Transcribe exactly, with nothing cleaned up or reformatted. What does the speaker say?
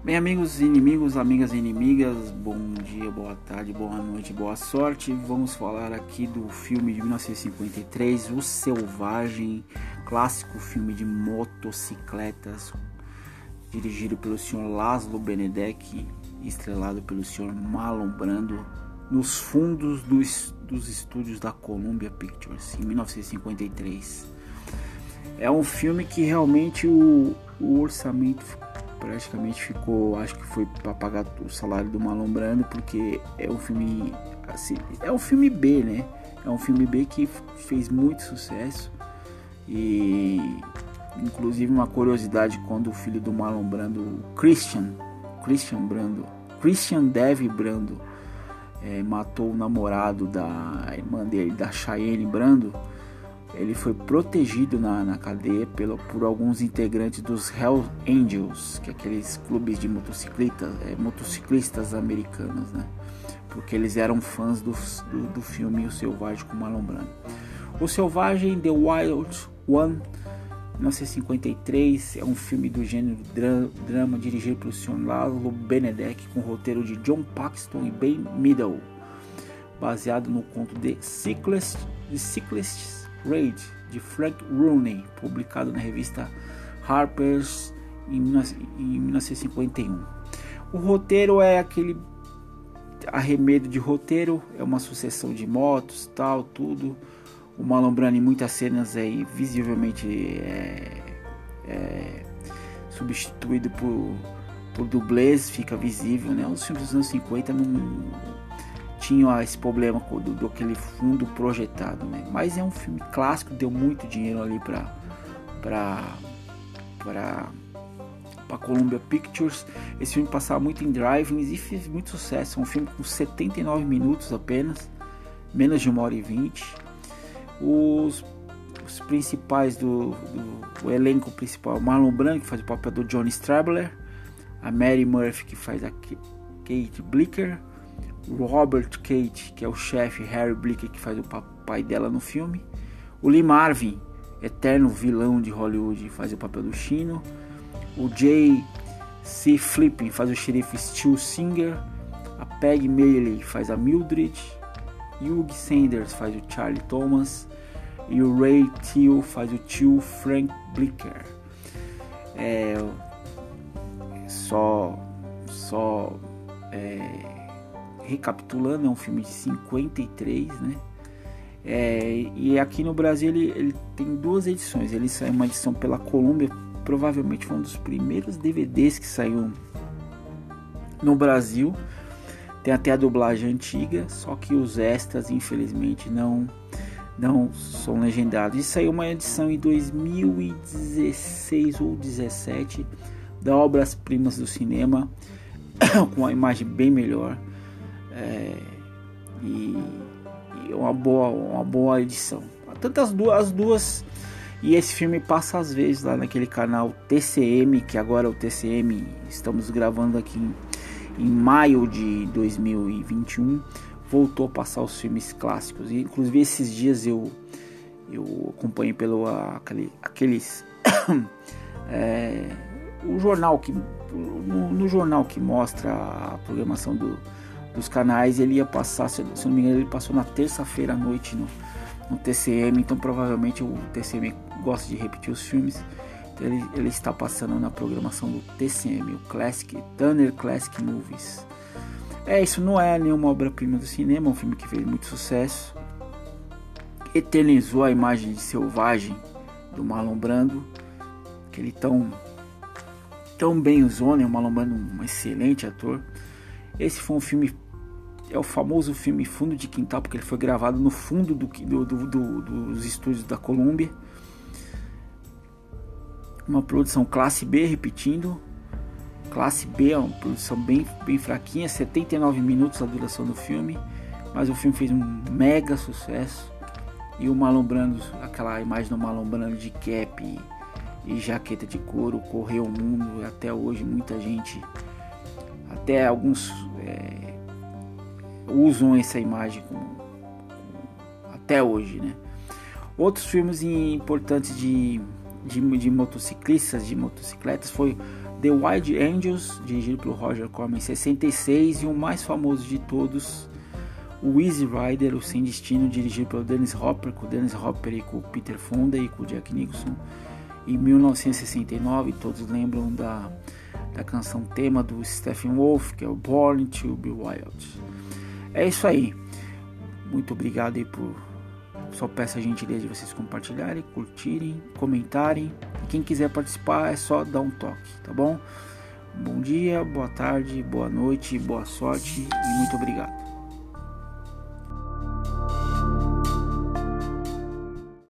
Bem, amigos, inimigos, amigas e inimigas, bom dia, boa tarde, boa noite, boa sorte. Vamos falar aqui do filme de mil novecentos e cinquenta e três, O Selvagem, clássico filme de motocicletas, dirigido pelo senhor Laszlo Benedek, estrelado pelo senhor Marlon Brando, nos fundos dos, dos estúdios da Columbia Pictures, em mil novecentos e cinquenta e três. É um filme que realmente o, o orçamento praticamente ficou, acho que foi para pagar o salário do Marlon Brando, porque é um filme assim, é um filme B, né? É um filme B que fez muito sucesso. E inclusive uma curiosidade, quando o filho do Marlon Brando, Christian, Christian Brando, Christian Dev Brando, é, matou o namorado da irmã dele, da Cheyenne Brando, ele foi protegido na, na cadeia pelo, por alguns integrantes dos Hells Angels, que é aqueles clubes de motociclistas, é, motociclistas americanos, né? Porque eles eram fãs do, do, do filme O Selvagem com Marlon Brando. O Selvagem, The Wild One, mil novecentos e cinquenta e três, é um filme do gênero dra- drama dirigido pelo senhor Laszlo Benedek, com roteiro de John Paxton e Ben Meadow, baseado no conto The Cyclist, The Cyclist's Raid, de Frank Rooney, publicado na revista Harper's em mil novecentos e cinquenta e um. O roteiro é aquele arremedo de roteiro, é uma sucessão de motos, tal, tudo. O Marlon Brando em muitas cenas aí visivelmente é, é substituído por, por dublês, fica visível, né? Os filmes dos anos cinquenta não tinham esse problema do, do aquele fundo projetado, né? Mas é um filme clássico, deu muito dinheiro ali para para para para Columbia Pictures. Esse filme passava muito em drive-ins e fez muito sucesso. É um filme com setenta e nove minutos apenas, menos de uma hora e vinte. Os, os principais do, do o elenco principal, Marlon Brando, que faz o papel do Johnny Strabler, a Mary Murphy, que faz a Kate Blicker, o Robert Kate, que é o chefe, Harry Blicker, que faz o papai dela no filme, o Lee Marvin, eterno vilão de Hollywood, faz o papel do Chino, o J C. Flippin faz o xerife Stu Singer, a Peg Maley faz a Mildred, Hugh Sanders faz o Charlie Thomas e o Ray Teal faz o tio Frank Blicker. É, só só é, recapitulando, é um filme de cinquenta e três, né? É, e aqui no Brasil ele, ele tem duas edições. Ele saiu uma edição pela Columbia, provavelmente foi um dos primeiros D V Ds que saiu no Brasil. Tem até a dublagem antiga, só que os extras infelizmente não, não são legendados. E saiu uma edição em dois mil e dezesseis ou dezessete da Obras Primas do Cinema, com uma imagem bem melhor. É, e, e uma boa, uma boa edição. Tanto as duas, as duas. E esse filme passa às vezes lá naquele canal T C M, que agora é o T C M. Estamos gravando aqui em, em maio de dois mil e vinte e um. Voltou a passar os filmes clássicos. E inclusive esses dias eu, eu acompanhei pelo aquele, aqueles é, o jornal que no, no jornal que mostra a programação do dos canais. Ele ia passar, se não me engano, ele passou na terça-feira à noite no, no T C M, então provavelmente o T C M gosta de repetir os filmes, então ele, ele está passando na programação do T C M, o Classic, Turner Classic Movies. É, isso não é nenhuma obra-prima do cinema, é um filme que fez muito sucesso, eternizou a imagem de selvagem do Marlon Brando, que ele tão, tão bem usou, né? O Marlon Brando um excelente ator. Esse foi um filme, é o famoso filme Fundo de Quintal, porque ele foi gravado no fundo do, do, do, do, dos estúdios da Columbia. Uma produção classe B, repetindo, classe B, é uma produção bem, bem fraquinha, setenta e nove minutos a duração do filme, mas o filme fez um mega sucesso. E o Marlon Brando, aquela imagem do Marlon Brando de cap e, e jaqueta de couro correu o mundo, e até hoje muita gente, até alguns é, usam essa imagem com, com, até hoje, né? Outros filmes importantes de, de, de motociclistas, de motocicletas, foi The Wild Angels, dirigido pelo Roger Corman em sessenta e seis, e o mais famoso de todos, o Easy Rider, o Sem Destino, dirigido pelo Dennis Hopper, com o Dennis Hopper e com o Peter Fonda e com o Jack Nicholson, em mil novecentos e sessenta e nove. Todos lembram da, da canção tema do Stephen Wolf, que é o Born to Be Wild. É isso aí, muito obrigado aí por... Só peço a gentileza de vocês compartilharem, curtirem, comentarem. E quem quiser participar é só dar um toque, tá bom? Bom dia, boa tarde, boa noite, boa sorte e muito obrigado.